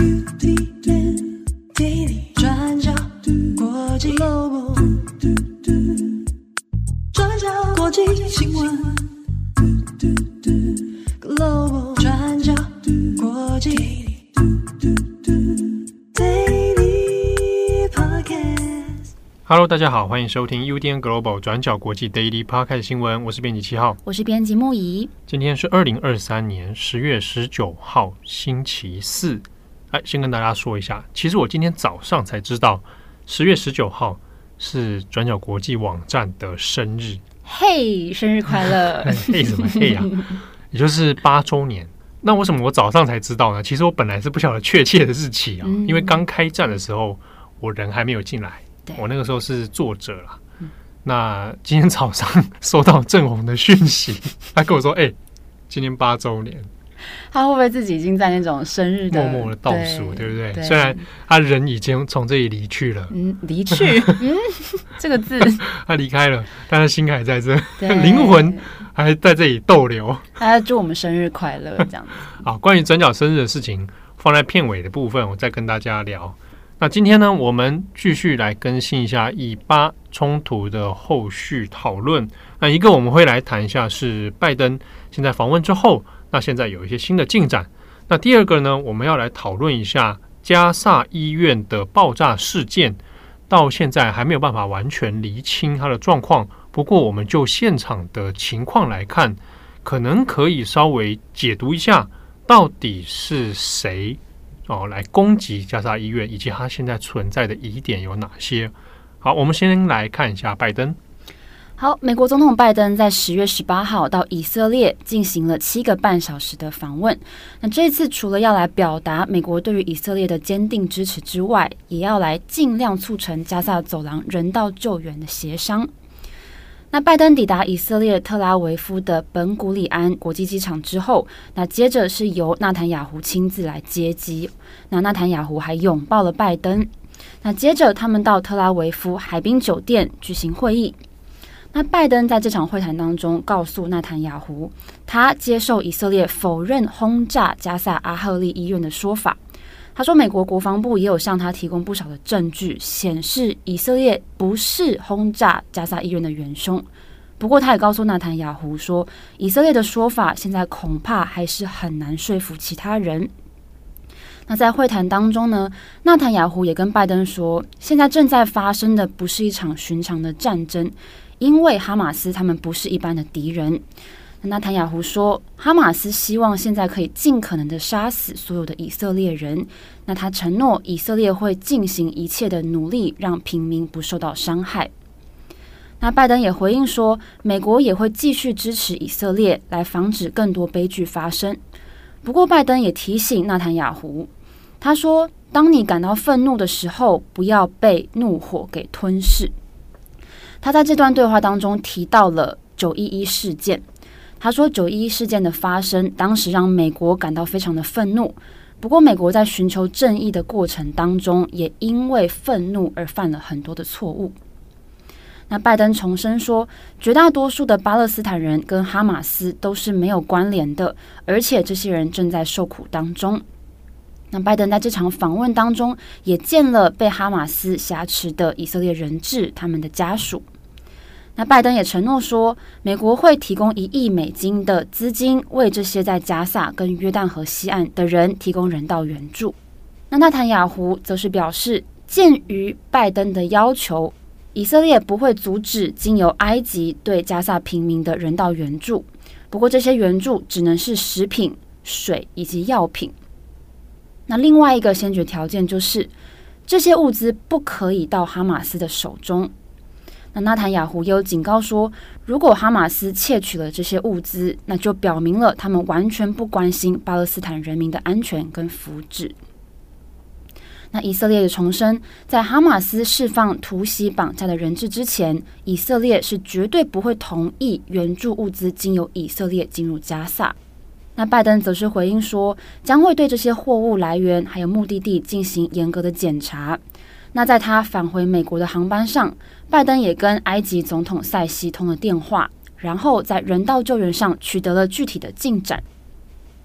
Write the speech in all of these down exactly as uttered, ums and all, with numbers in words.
转角国际 Global， 转角国际新闻 Global， 转角国际 Daily Podcast。Hello， 大家好，欢迎收听 U D N Global 转角国际 Daily Podcast 新闻，我是编辑七号， 我是编辑木仪。今天是二零二三年十月十九号，星期四。哎，先跟大家说一下，其实我今天早上才知道，十月十九号是转角国际网站的生日。 嘿，生日快乐！ 嘿什么嘿啊？也就是八周年。那为什么我早上才知道呢？其实我本来是不晓得确切的日期啊，嗯、因为刚开站的时候，我人还没有进来，我那个时候是作者啦。嗯、那今天早上收到郑红的讯息，他跟我说：“哎、欸，今天八周年。” 他会不会自己已经在那种生日的默默的倒数， 对, 对不 对, 对？虽然他人已经从这里离去了， 嗯，离去，嗯，这个字， 他离开了，但他心还在这，灵魂还在这里逗留。 他在祝我们生日快乐，这样子。 好，关于转角生日的事情，放在片尾的部分，我再跟大家聊。那今天呢，我们继续来更新一下以巴冲突的后续讨论。那一个我们会来谈一下是拜登现在访问之后。那现在有一些新的进展。那第二个呢，我们要来讨论一下加萨医院的爆炸事件，到现在还没有办法完全厘清它的状况。不过，我们就现场的情况来看，可能可以稍微解读一下，到底是谁哦来攻击加萨医院，以及它现在存在的疑点有哪些。好，我们先来看一下拜登。 好，美国总统拜登在十月十八号到以色列进行了七个半小时的访问。那这次除了要来表达美国对于以色列的坚定支持之外，也要来尽量促成加萨走廊人道救援的协商。那拜登抵达以色列特拉维夫的本古里安国际机场之后，那接着是由纳坦雅胡亲自来接机。那纳坦雅胡还拥抱了拜登。那接着他们到特拉维夫海滨酒店举行会议。那拜登在这场会谈当中告诉纳坦雅胡，他接受以色列否认轰炸加萨阿赫利医院的说法。他说，美国国防部也有向他提供不少的证据，显示以色列不是轰炸加萨医院的元凶。不过，他也告诉纳坦雅胡说，以色列的说法现在恐怕还是很难说服其他人。那在会谈当中呢，纳坦雅胡也跟拜登说，现在正在发生的不是一场寻常的战争。因为哈马斯他们不是一般的敌人。纳坦雅胡说，哈马斯希望现在可以尽可能的杀死所有的以色列人。那他承诺以色列会进行一切的努力，让平民不受到伤害。那拜登也回应说，美国也会继续支持以色列，来防止更多悲剧发生。不过，拜登也提醒纳坦雅胡，他说，当你感到愤怒的时候，不要被怒火给吞噬。他在这段对话当中提到了九一一事件，他说九一一事件的发生当时让美国感到非常的愤怒，不过美国在寻求正义的过程当中也因为愤怒而犯了很多的错误。那拜登重申说，绝大多数的巴勒斯坦人跟哈马斯都是没有关联的，而且这些人正在受苦当中。那拜登在这场访问当中也见了被哈马斯挟持的以色列人质他们的家属。那拜登也承诺说，美国会提供一亿美金的资金，为这些在加萨跟约旦河西岸的人提供人道援助。那纳坦雅胡则是表示，鉴于拜登的要求，以色列不会阻止经由埃及对加萨平民的人道援助，不过这些援助只能是食品、水以及药品。那另外一个先决条件就是，这些物资不可以到哈马斯的手中。那纳坦雅胡也有警告说，如果哈马斯窃取了这些物资，那就表明了他们完全不关心巴勒斯坦人民的安全跟福祉。那以色列也重申，在哈马斯释放突袭绑架的人质之前，以色列是绝对不会同意援助物资经由以色列进入加萨。那拜登则是回应说，将会对这些货物来源还有目的地进行严格的检查。那在他返回美国的航班上，拜登也跟埃及总统塞西通了电话，然后在人道救援上取得了具体的进展。在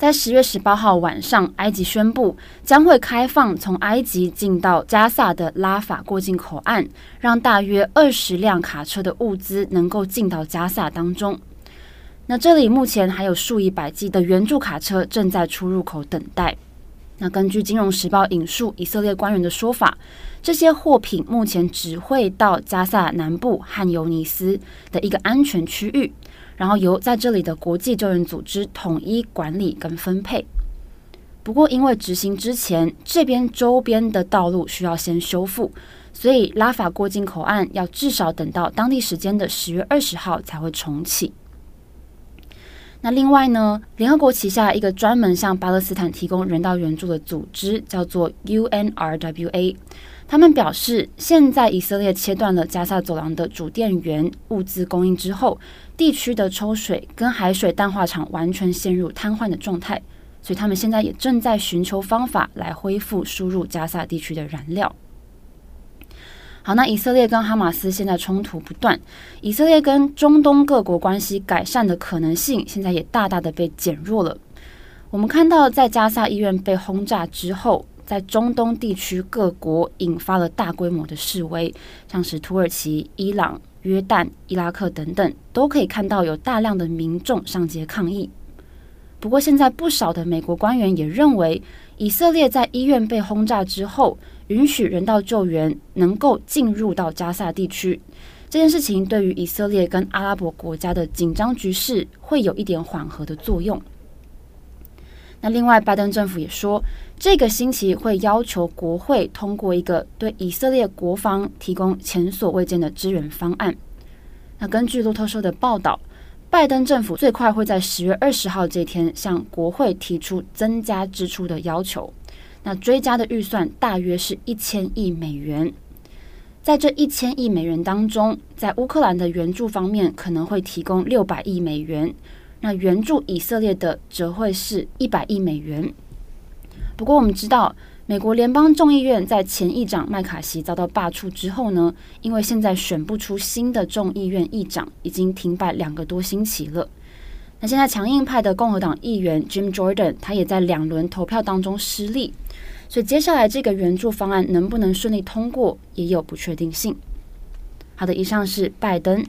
在十月十八号晚上，埃及宣布将会开放从埃及进到加萨的拉法过境口岸，让大约二十辆卡车的物资能够进到加萨当中。那这里目前还有数以百计的援助卡车正在出入口等待。那根据《金融时报》引述以色列官员的说法，这些货品目前只会到加萨南部汉尤尼斯的一个安全区域，然后由在这里的国际救援组织统一管理跟分配。不过因为执行之前，这边周边的道路需要先修复，所以拉法过境口岸要至少等到当地时间的十月二十号才会重启。那另外呢，联合国旗下一个专门向巴勒斯坦提供人道援助的组织叫做 U N R W A， 他们表示，现在以色列切断了加萨走廊的主电源物资供应之后，地区的抽水跟海水淡化厂完全陷入瘫痪的状态，所以他们现在也正在寻求方法来恢复输入加萨地区的燃料。好，那以色列跟哈马斯现在冲突不断，以色列跟中东各国关系改善的可能性现在也大大的被减弱了。我们看到在加萨医院被轰炸之后，在中东地区各国引发了大规模的示威，像是土耳其、伊朗、约旦、伊拉克等等，都可以看到有大量的民众上街抗议。不过现在不少的美国官员也认为，以色列在医院被轰炸之后，允许人道救援能够进入到加萨地区，这件事情对于以色列跟阿拉伯国家的紧张局势会有一点缓和的作用。那另外，拜登政府也说，这个星期会要求国会通过一个对以色列国防提供前所未见的支援方案。那根据路透社的报道，拜登政府最快会在十月二十号这天向国会提出增加支出的要求。那追加的预算大约是一千亿美元。在这一千亿美元当中，在乌克兰的援助方面可能会提供六百亿美元，那援助以色列的则会是一百亿美元。不过我们知道，美国联邦众议院在前议长麦卡锡遭到罢黜之后呢，因为现在选不出新的众议院议长，已经停摆两个多星期了。那现在强硬派的共和党议员 Jim Jordan 他也在两轮投票当中失利，所以接下来这个援助方案能不能顺利通过也有不确定性。好的，以上是拜登。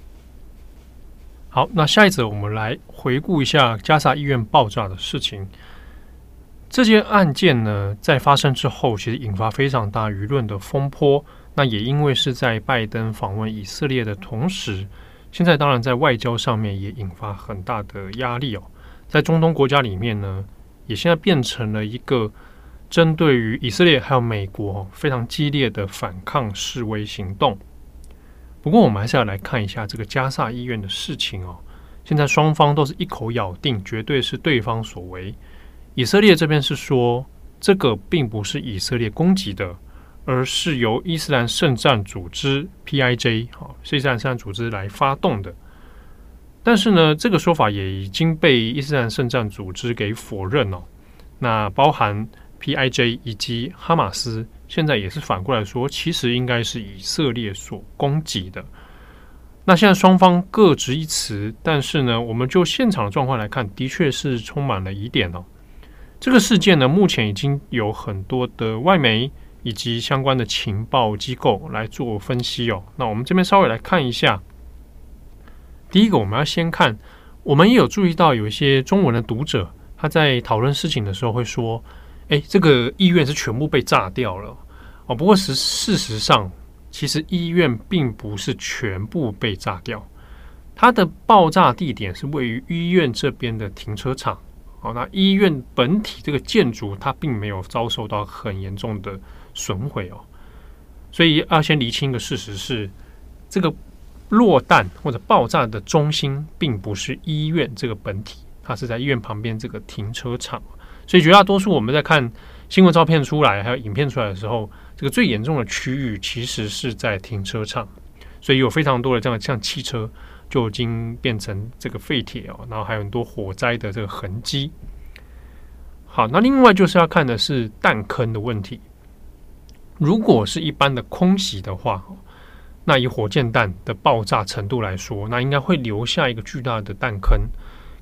好，那下一则我们来回顾一下加萨医院爆炸的事情。这件案件呢，在发生之后，其实引发非常大舆论的风波。那也因为是在拜登访问以色列的同时，现在当然在外交上面也引发很大的压力哦。在中东国家里面呢，也现在变成了一个针对于以色列还有美国非常激烈的反抗示威行动。不过我们还是要来看一下这个加萨医院的事情哦。现在双方都是一口咬定绝对是对方所为。以色列这边是说，这个并不是以色列攻击的，而是由伊斯兰圣战组织 P I J 是伊斯兰圣战组织来发动的。但是呢，这个说法也已经被伊斯兰圣战组织给否认哦。那包含 P I J 以及哈马斯，现在也是反过来说，其实应该是以色列所攻击的。那现在双方各执一词，但是呢，我们就现场的状况来看，的确是充满了疑点哦。这个事件呢，目前已经有很多的外媒以及相关的情报机构来做分析哦。那我们这边稍微来看一下。第一个，我们要先看，我们也有注意到有一些中文的读者，他在讨论事情的时候会说，哎，这个医院是全部被炸掉了哦。不过事事实上，其实医院并不是全部被炸掉，它的爆炸地点是位于医院这边的停车场。好，那医院本体这个建筑，它并没有遭受到很严重的损毁哦。所以要先厘清一个事实是，这个落弹或者爆炸的中心并不是医院这个本体，它是在医院旁边这个停车场。所以绝大多数我们在看新闻照片出来还有影片出来的时候，这个最严重的区域其实是在停车场，所以有非常多的这样像汽车就已经变成这个废铁哦，然后还有很多火灾的这个痕迹。好，那另外就是要看的是弹坑的问题。如果是一般的空袭的话，那以火箭弹的爆炸程度来说，那应该会留下一个巨大的弹坑。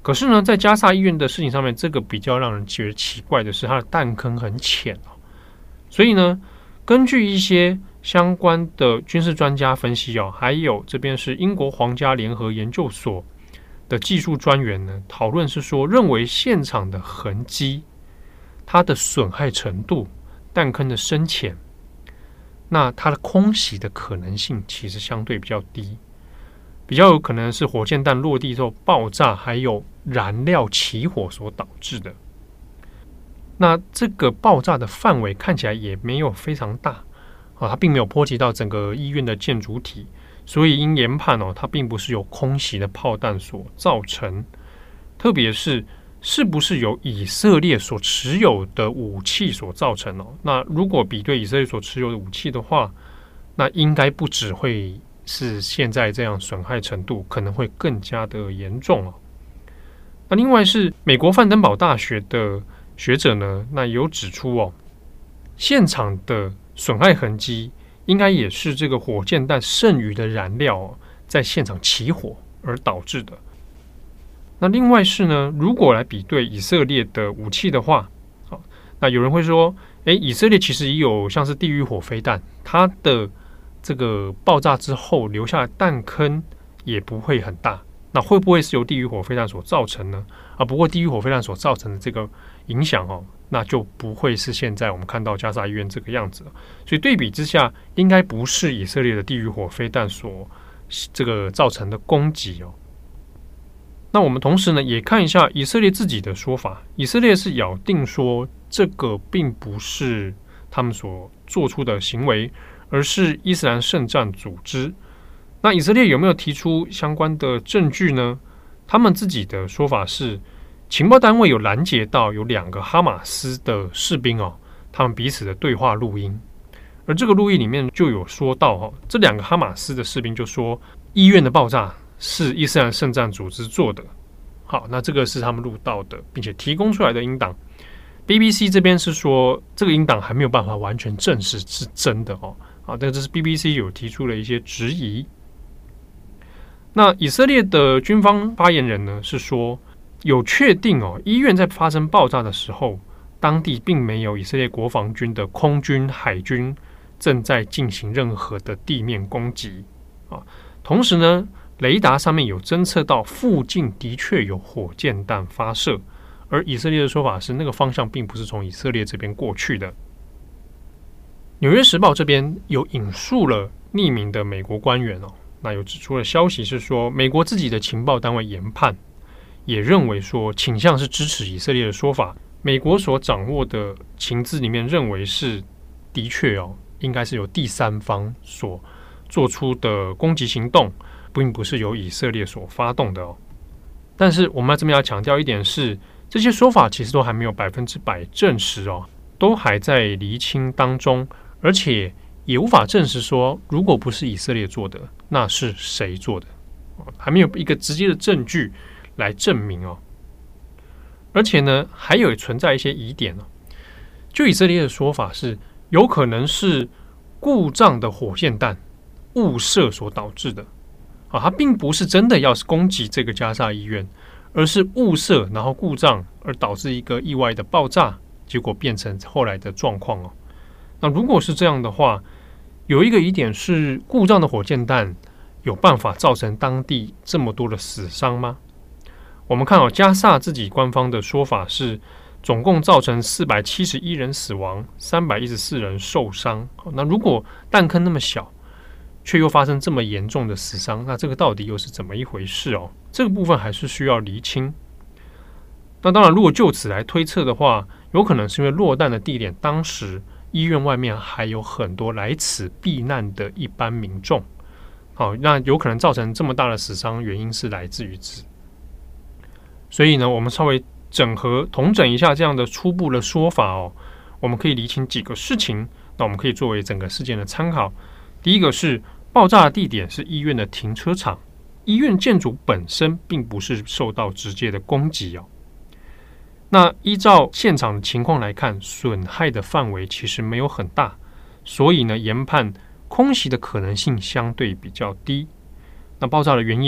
可是呢，在加萨医院的事情上面，这个比较让人觉得奇怪的是，它的弹坑很浅哦。所以呢，根据一些相关的军事专家分析哦，还有这边是英国皇家联合研究所的技术专员呢，讨论是说，认为现场的痕迹、它的损害程度、弹坑的深浅，那它的空袭的可能性其实相对比较低，比较有可能是火箭弹落地之后爆炸，还有燃料起火所导致的。那这个爆炸的范围看起来也没有非常大啊，它并没有波及到整个医院的建筑体，所以应研判哦，它并不是由空袭的炮弹所造成，特别是是不是由以色列所持有的武器所造成哦？那如果比对以色列所持有的武器的话，那应该不只会是现在这样损害程度，可能会更加的严重哦。那另外是美国范登堡大学的学者呢，那有指出哦，现场的损害痕迹应该也是这个火箭弹剩余的燃料哦，在现场起火而导致的。那另外是呢，如果来比对以色列的武器的话，好，那有人会说，诶，以色列其实也有像是地狱火飞弹，它的这个爆炸之后留下的弹坑也不会很大，那会不会是由地狱火飞弹所造成呢？啊，不过地狱火飞弹所造成的这个影响哦，那就不会是现在我们看到加萨医院这个样子了。所以对比之下，应该不是以色列的地狱火飞弹所这个造成的攻击哦。那我们同时呢，也看一下以色列自己的说法。以色列是咬定说，这个并不是他们所做出的行为，而是伊斯兰圣战组织。那以色列有没有提出相关的证据呢？他们自己的说法是，情报单位有拦截到有两个哈马斯的士兵哦，他们彼此的对话录音，而这个录音里面就有说到哦，这两个哈马斯的士兵就说，医院的爆炸是伊斯兰圣战组织做的。好，那这个是他们录到的，并且提供出来的音档。B B C 这边是说，这个音档还没有办法完全证实是真的哦。啊，这个是 B B C 有提出了一些质疑。那以色列的军方发言人呢是说，有确定哦，医院在发生爆炸的时候，当地并没有以色列国防军的空军、海军正在进行任何的地面攻击啊。同时呢，雷达上面有侦测到附近的确有火箭弹发射，而以色列的说法是，那个方向并不是从以色列这边过去的。纽约时报这边有引述了匿名的美国官员哦，那有指出的消息是说，美国自己的情报单位研判也认为说，倾向是支持以色列的说法。美国所掌握的情资里面认为是的确哦，应该是由第三方所做出的攻击行动，并不是由以色列所发动的哦。但是我们要这边要强调一点是，这些说法其实都还没有百分之百证实哦，都还在厘清当中，而且也无法证实说，如果不是以色列做的，那是谁做的？还没有一个直接的证据来证明哦。而且呢，还有存在一些疑点哦。就以色列的说法是，有可能是故障的火箭弹误射所导致的啊，它并不是真的要攻击这个加萨医院，而是误射然后故障而导致一个意外的爆炸，结果变成后来的状况哦。那如果是这样的话，有一个疑点是，故障的火箭弹有办法造成当地这么多的死伤吗？我们看哦，加萨自己官方的说法是，总共造成四百七十一人死亡，三百一十四人受伤。那如果弹坑那么小，却又发生这么严重的死伤，那这个到底又是怎么一回事哦？这个部分还是需要厘清。那当然，如果就此来推测的话，有可能是因为落弹的地点当时医院外面还有很多来此避难的一般民众，好，那有可能造成这么大的死伤，原因是来自于此。所以呢，我们稍微整合统整一下这样的初步的说法哦，我们可以厘清几个事情，那我们可以作为整个事件的参考。第一个是爆炸的地点是医院的停车场，医院建筑本身并不是受到直接的攻击哦。那依照现场的情况来看，损害的范围其实没有很大，所以呢，研判空袭的可能性相对比较低。那爆炸的原因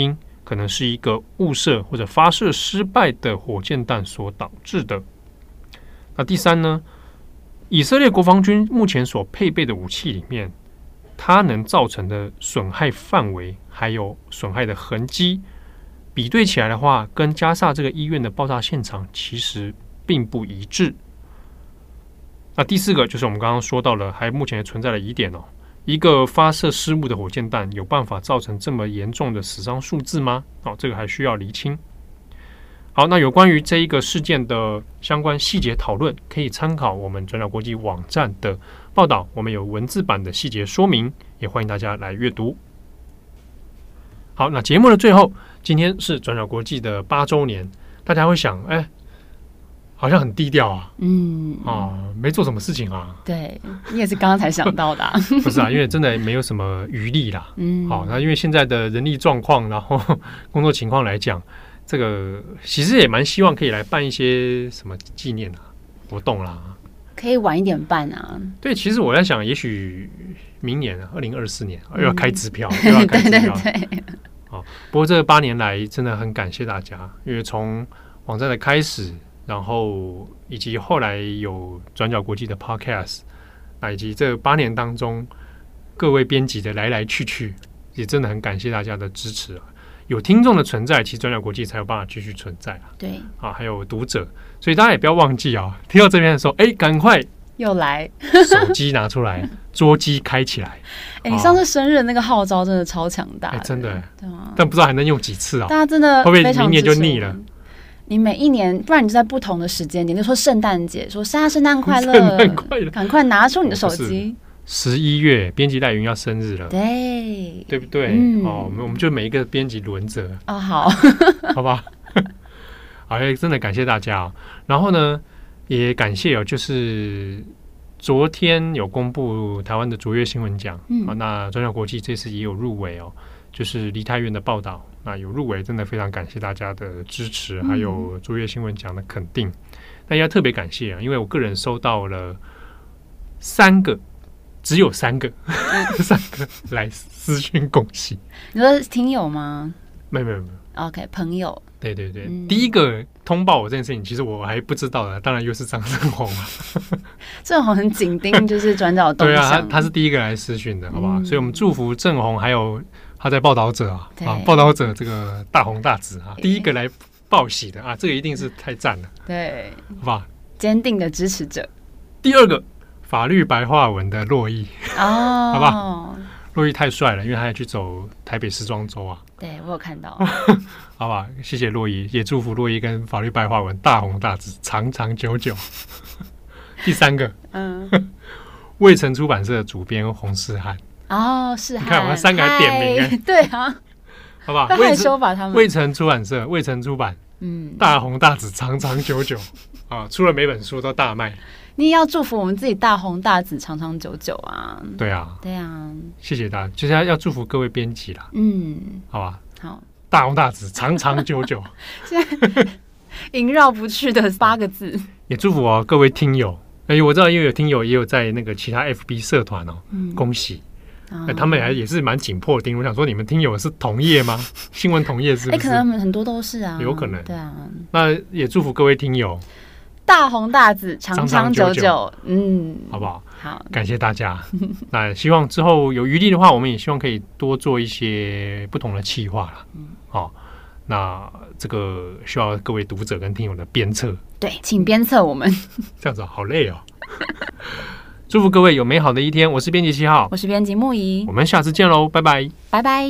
可能是一个误射或者发射失败的火箭弹所导致的。那第三呢，以色列国防军目前所配备的武器里面，它能造成的损害范围还有损害的痕迹，比对起来的话，跟加萨这个医院的爆炸现场其实并不一致。那第四个就是我们刚刚说到了，还目前存在的疑点哦。一个发射失误的火箭弹有办法造成这么严重的死伤数字吗？哦，这个还需要厘清。好，那有关于这一个事件的相关细节讨论，可以参考我们转角国际网站的报道，我们有文字版的细节说明，也欢迎大家来阅读。好，那节目的最后，今天是转角国际的八周年，大家会想，哎，好像很低调啊，嗯啊，没做什么事情啊。 对，你也是刚刚才想到的、啊， 不是啊？因为真的没有什么余力啦。嗯，好，那因为现在的人力状况，然后工作情况来讲，这个其实也蛮希望可以来办一些什么纪念啊活动啦， 可以晚一点办啊。 对，其实我在想，也许明年二零二四年又要开支票，又要开支票。 对对对。 好，不过这八年来真的很感谢大家，因为从网站的开始，然后以及后来有转角国际的 podcast， 那以及这八年当中各位编辑的来来去去，也真的很感谢大家的支持啊！有听众的存在，其实转角国际才有办法继续存在啊。 对啊，还有读者，所以大家也不要忘记啊，听到这边的时候，哎，赶快又来手机拿出来，桌机开起来。 哎、欸，你上次生日的那个号召真的超强大的、 欸，真的， 对啊， 但不知道还能用几次啊？ 大家真的会不会明年就腻了？ 你每一年，不然你就在不同的时间点，就说圣诞节，说大家圣诞快乐， 圣诞快乐， 赶快拿出你的手机。 十一月，编辑赖云要生日了， 对， 对不对？嗯、哦，我们我们就每一个编辑轮着哦，好， 好吧。好，真的感谢大家、哦。然后呢，也感谢哦，就是昨天有公布台湾的卓越新闻奖，嗯，啊，那转角国际这次也有入围哦，就是梨泰院的报道，那有入围，真的非常感谢大家的支持，还有卓越新闻奖的肯定。那要特别感谢啊，因为我个人收到了三个。只有三个，三个来私讯恭喜。 你说听友吗？ 没有没有没有。OK， 朋友。 对对对、嗯，第一个通报我这件事情，其实我还不知道的，当然又是张正宏嘛。 正宏很紧盯，就是转角动向。 对啊，他他是第一个来私讯的，好不好、嗯？所以我们祝福正宏，还有他在报道者啊，啊，报道者这个大红大紫啊，第一个来报喜的啊，这个一定是太赞了。 对， 好不好？ 坚定的支持者。 第二个。法律白话文的洛毅哦， 好吧，洛毅太帅了，因为他要去走台北时装周啊。 对我有看到， 好吧，谢谢洛毅，也祝福洛毅跟法律白话文大红大紫，长长久久。第三个，嗯，卫城出版社的主编洪世汉哦，是汉， 你看我们三个还点名哎， 对啊， 好吧， 害羞吧他们。 卫城出版社，卫城出版，嗯，大红大紫，长长久久啊，出了每本书都大卖。 你也要祝福我们自己大红大紫长长久久啊！ 对啊， 对啊， 谢谢大家，就是要要祝福各位编辑啦，嗯，好吧， 好， 大红大紫长长久久， 现在萦绕不去的八个字， 也祝福哦各位听友，哎，我知道因为有听友也有在那个其他 F B 社团哦，嗯、恭喜。欸、他们也也是蛮紧迫的盯，我想说你们听友是同业吗？新闻同业是不是？哎、 欸，可能他们很多都是啊， 有可能。 对啊， 那也祝福各位听友大红大紫，长长久久，嗯， 好不好？ 好， 感谢大家。那希望之后有余力的话，我们也希望可以多做一些不同的企划啦。嗯，好、哦，那这个需要各位读者跟听友的鞭策。 对，请鞭策我们。 这样子好累哦。祝福各位有美好的一天。我是编辑七号， 我是编辑木仪， 我们下次见喽，拜拜， 拜拜。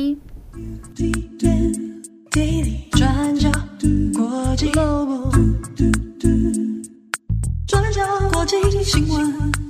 转角国际，转角国际新闻。